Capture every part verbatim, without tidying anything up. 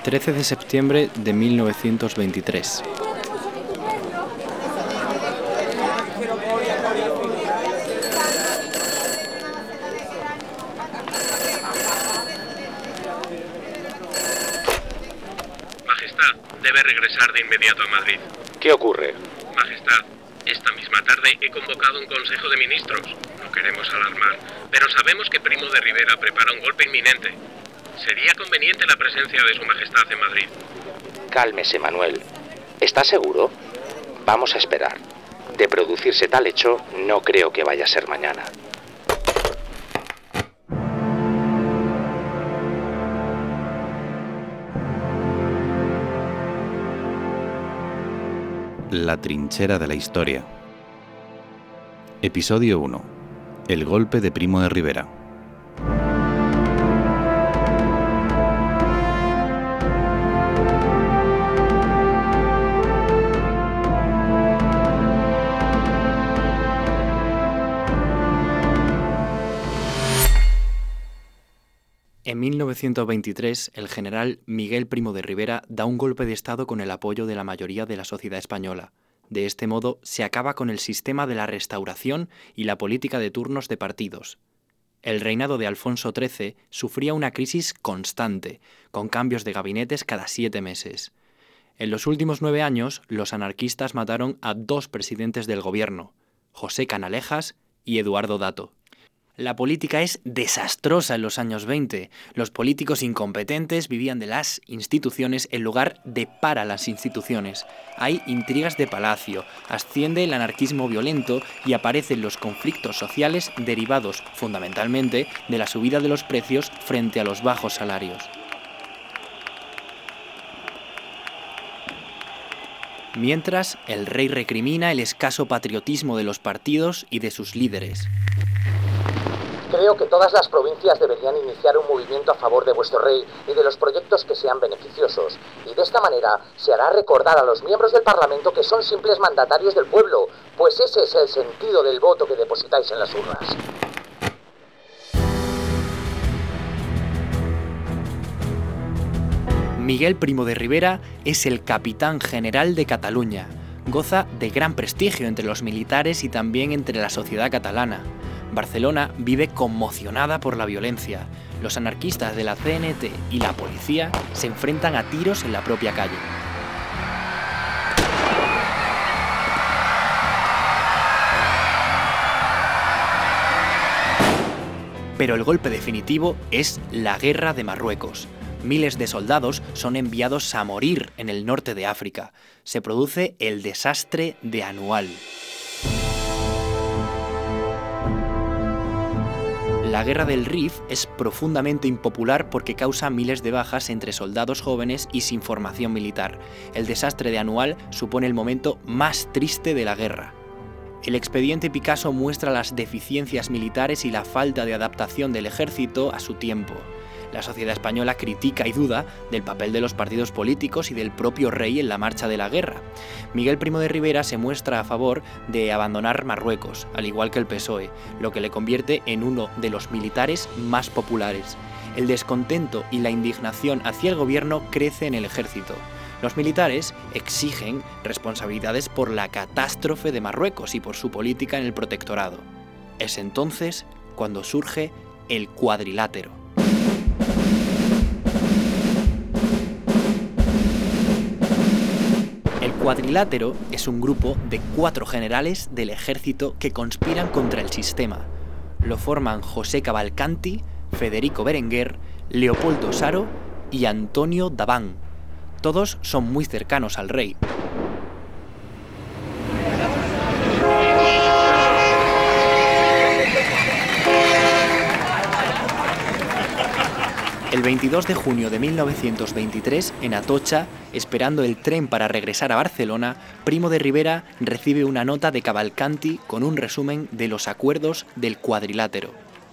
trece de septiembre de mil novecientos veintitrés. Majestad, debe regresar de inmediato a Madrid. ¿Qué ocurre? Majestad, esta misma tarde he convocado un consejo de ministros. No queremos alarmar, pero sabemos que Primo de Rivera prepara un golpe inminente. Sería conveniente la presencia de su majestad en Madrid. Cálmese, Manuel. ¿Está seguro? Vamos a esperar. De producirse tal hecho, no creo que vaya a ser mañana. La trinchera de la historia. Episodio uno. El golpe de Primo de Rivera. En mil novecientos veintitrés, el general Miguel Primo de Rivera da un golpe de Estado con el apoyo de la mayoría de la sociedad española. De este modo, se acaba con el sistema de la Restauración y la política de turnos de partidos. El reinado de Alfonso trece sufría una crisis constante, con cambios de gabinetes cada siete meses. En los últimos nueve años, los anarquistas mataron a dos presidentes del gobierno, José Canalejas y Eduardo Dato. La política es desastrosa en los años veinte. Los políticos incompetentes vivían de las instituciones en lugar de para las instituciones. Hay intrigas de palacio, asciende el anarquismo violento y aparecen los conflictos sociales derivados, fundamentalmente, de la subida de los precios frente a los bajos salarios. Mientras, el rey recrimina el escaso patriotismo de los partidos y de sus líderes. Creo que todas las provincias deberían iniciar un movimiento a favor de vuestro rey y de los proyectos que sean beneficiosos, y de esta manera se hará recordar a los miembros del Parlamento que son simples mandatarios del pueblo, pues ese es el sentido del voto que depositáis en las urnas. Miguel Primo de Rivera es el capitán general de Cataluña. Goza de gran prestigio entre los militares y también entre la sociedad catalana. Barcelona vive conmocionada por la violencia. Los anarquistas de la C N T y la policía se enfrentan a tiros en la propia calle. Pero el golpe definitivo es la Guerra de Marruecos. Miles de soldados son enviados a morir en el norte de África. Se produce el desastre de Anual. La Guerra del Rif es profundamente impopular porque causa miles de bajas entre soldados jóvenes y sin formación militar. El desastre de Anual supone el momento más triste de la guerra. El expediente Picasso muestra las deficiencias militares y la falta de adaptación del ejército a su tiempo. La sociedad española critica y duda del papel de los partidos políticos y del propio rey en la marcha de la guerra. Miguel Primo de Rivera se muestra a favor de abandonar Marruecos, al igual que el P S O E, lo que le convierte en uno de los militares más populares. El descontento y la indignación hacia el gobierno crece en el ejército. Los militares exigen responsabilidades por la catástrofe de Marruecos y por su política en el protectorado. Es entonces cuando surge el Cuadrilátero. El Cuadrilátero es un grupo de cuatro generales del ejército que conspiran contra el sistema. Lo forman José Cavalcanti, Federico Berenguer, Leopoldo Saro y Antonio Dabán. Todos son muy cercanos al rey. El veintidós de junio de mil novecientos veintitrés, en Atocha, esperando el tren para regresar a Barcelona, Primo de Rivera recibe una nota de Cavalcanti con un resumen de los acuerdos del Cuadrilátero.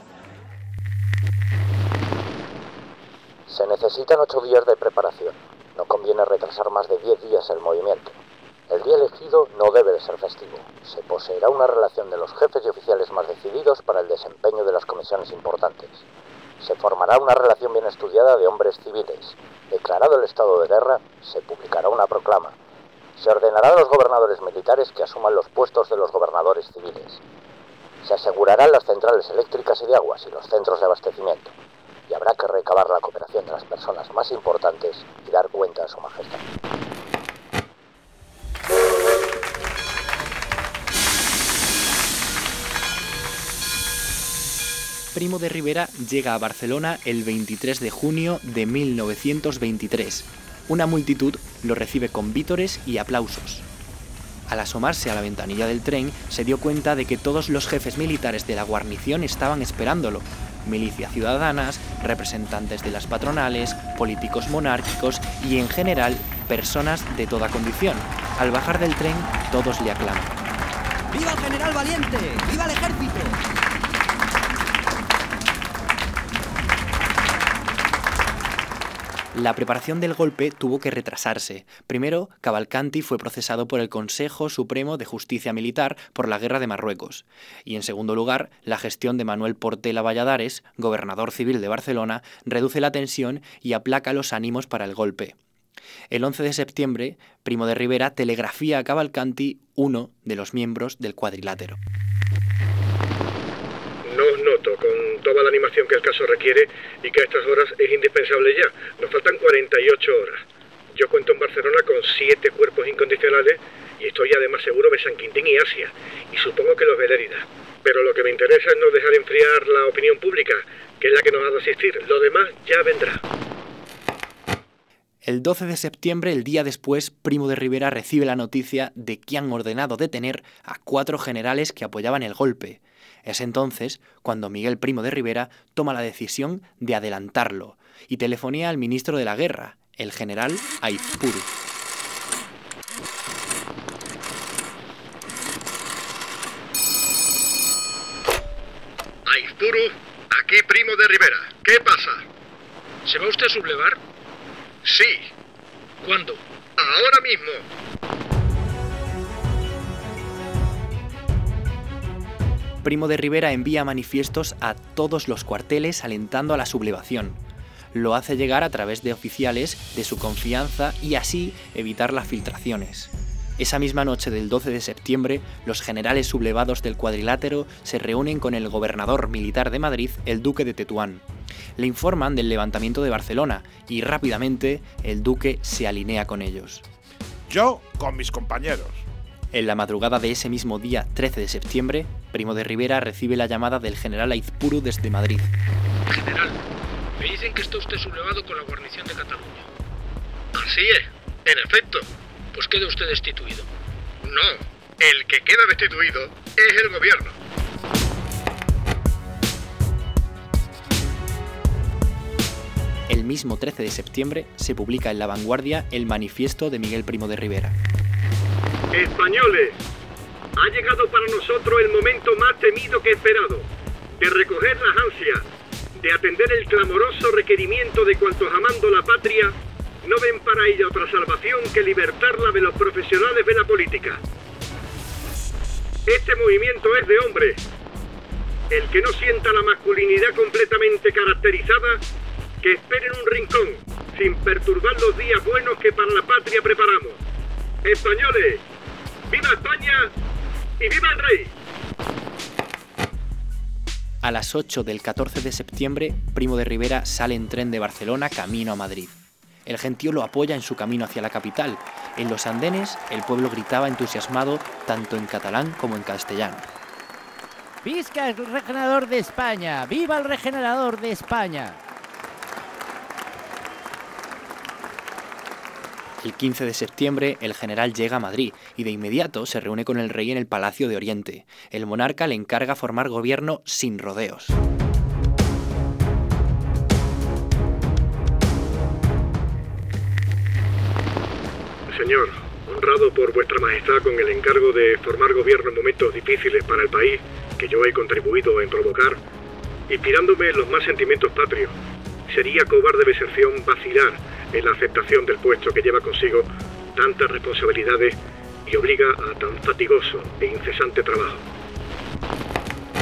Se necesitan ocho días de preparación. No conviene retrasar más de diez días el movimiento. El día elegido no debe de ser festivo. Se poseerá una relación de los jefes y oficiales más decididos para el desempeño de las comisiones importantes. Se formará una relación bien estudiada de hombres civiles. Declarado el estado de guerra, se publicará una proclama. Se ordenará a los gobernadores militares que asuman los puestos de los gobernadores civiles. Se asegurarán las centrales eléctricas y de aguas y los centros de abastecimiento. Y habrá que recabar la cooperación de las personas más importantes y dar cuenta a su majestad. Primo de Rivera llega a Barcelona el veintitrés de junio de mil novecientos veintitrés. Una multitud lo recibe con vítores y aplausos. Al asomarse a la ventanilla del tren, se dio cuenta de que todos los jefes militares de la guarnición estaban esperándolo. Milicias ciudadanas, representantes de las patronales, políticos monárquicos y, en general, personas de toda condición. Al bajar del tren, todos le aclaman. ¡Viva el general valiente! ¡Viva el ejército! La preparación del golpe tuvo que retrasarse. Primero, Cavalcanti fue procesado por el Consejo Supremo de Justicia Militar por la Guerra de Marruecos. Y en segundo lugar, la gestión de Manuel Portela Valladares, gobernador civil de Barcelona, reduce la tensión y aplaca los ánimos para el golpe. El once de septiembre, Primo de Rivera telegrafía a Cavalcanti, uno de los miembros del cuadrilátero. No os noto con toda la animación que el caso requiere y que a estas horas es indispensable ya. Nos faltan cuarenta y ocho horas. Yo cuento en Barcelona con siete cuerpos incondicionales y estoy además seguro de San Quintín y Asia. Y supongo que los de Lérida. Pero lo que me interesa es no dejar enfriar la opinión pública, que es la que nos ha de asistir. Lo demás ya vendrá. El doce de septiembre, el día después, Primo de Rivera recibe la noticia de que han ordenado detener a cuatro generales que apoyaban el golpe. Es entonces cuando Miguel Primo de Rivera toma la decisión de adelantarlo y telefonea al ministro de la Guerra, el general Aizpuru. Aizpuru, aquí Primo de Rivera. ¿Qué pasa? ¿Se va usted a sublevar? Sí. ¿Cuándo? Ahora mismo. Primo de Rivera envía manifiestos a todos los cuarteles alentando a la sublevación. Lo hace llegar a través de oficiales de su confianza y así evitar las filtraciones. Esa misma noche del doce de septiembre, los generales sublevados del cuadrilátero se reúnen con el gobernador militar de Madrid, el duque de Tetuán. Le informan del levantamiento de Barcelona y rápidamente el duque se alinea con ellos. Yo con mis compañeros. En la madrugada de ese mismo día, trece de septiembre, Primo de Rivera recibe la llamada del general Aizpuru desde Madrid. General, me dicen que está usted sublevado con la guarnición de Cataluña. Así es, en efecto. Pues queda usted destituido. No, el que queda destituido es el gobierno. El mismo trece de septiembre se publica en La Vanguardia el manifiesto de Miguel Primo de Rivera. Españoles, ha llegado para nosotros el momento más temido que esperado, de recoger las ansias, de atender el clamoroso requerimiento de cuantos amando la patria no ven para ella otra salvación que libertarla de los profesionales de la política. Este movimiento es de hombres. El que no sienta la masculinidad completamente caracterizada, que espere en un rincón, sin perturbar los días buenos que para la patria preparamos. Españoles, ¡viva España y viva el rey! A las ocho del catorce de septiembre, Primo de Rivera sale en tren de Barcelona camino a Madrid. El gentío lo apoya en su camino hacia la capital. En los andenes, el pueblo gritaba entusiasmado tanto en catalán como en castellano. ¡Visca el regenerador de España! ¡Viva el regenerador de España! El quince de septiembre, el general llega a Madrid y de inmediato se reúne con el rey en el Palacio de Oriente. El monarca le encarga formar gobierno sin rodeos. Señor, honrado por vuestra majestad con el encargo de formar gobierno en momentos difíciles para el país que yo he contribuido en provocar, inspirándome en los más sentimientos patrios, sería cobarde deserción vacilar en la aceptación del puesto que lleva consigo tantas responsabilidades y obliga a tan fatigoso e incesante trabajo.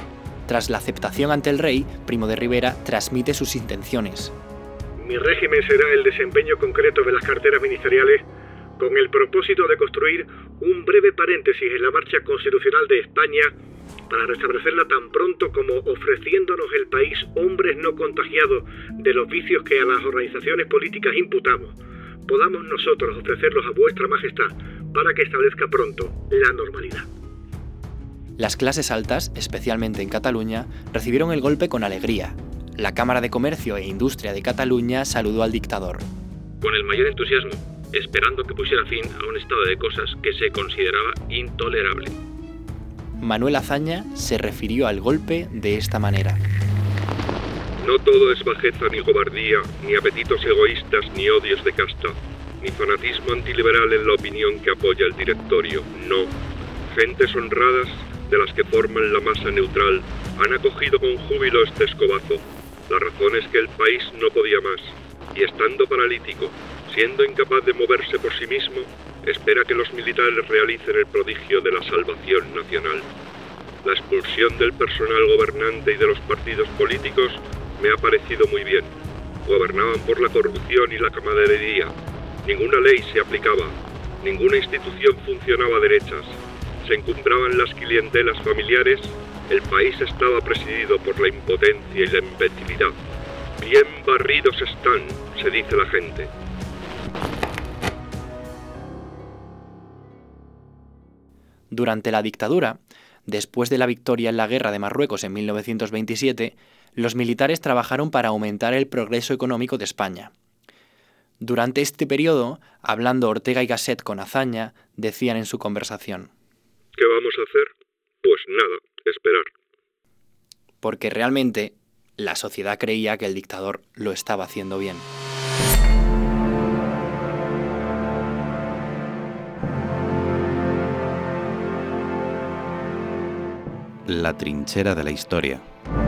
Tras la aceptación ante el rey, Primo de Rivera transmite sus intenciones. Mi régimen será el desempeño concreto de las carteras ministeriales con el propósito de construir un breve paréntesis en la marcha constitucional de España para restablecerla tan pronto como ofreciéndonos el país hombres no contagiados de los vicios que a las organizaciones políticas imputamos, podamos nosotros ofrecerlos a vuestra majestad para que establezca pronto la normalidad. Las clases altas, especialmente en Cataluña, recibieron el golpe con alegría. La Cámara de Comercio e Industria de Cataluña saludó al dictador. Con el mayor entusiasmo, esperando que pusiera fin a un estado de cosas que se consideraba intolerable. Manuel Azaña se refirió al golpe de esta manera. No todo es bajeza ni cobardía, ni apetitos egoístas, ni odios de casta, ni fanatismo antiliberal en la opinión que apoya el directorio. No. Gentes honradas, de las que forman la masa neutral, han acogido con júbilo este escobazo. La razón es que el país no podía más, y estando paralítico, siendo incapaz de moverse por sí mismo, espera que los militares realicen el prodigio de la salvación nacional. La expulsión del personal gobernante y de los partidos políticos me ha parecido muy bien. Gobernaban por la corrupción y la camaradería. Ninguna ley se aplicaba, ninguna institución funcionaba a derechas. Se encumbraban las clientelas familiares, el país estaba presidido por la impotencia y la imbecilidad. Bien barridos están, se dice la gente. Durante la dictadura, después de la victoria en la Guerra de Marruecos en mil novecientos veintisiete, los militares trabajaron para aumentar el progreso económico de España. Durante este periodo, hablando Ortega y Gasset con Azaña, decían en su conversación: ¿Qué vamos a hacer? Pues nada, esperar. Porque realmente la sociedad creía que el dictador lo estaba haciendo bien. La trinchera de la historia.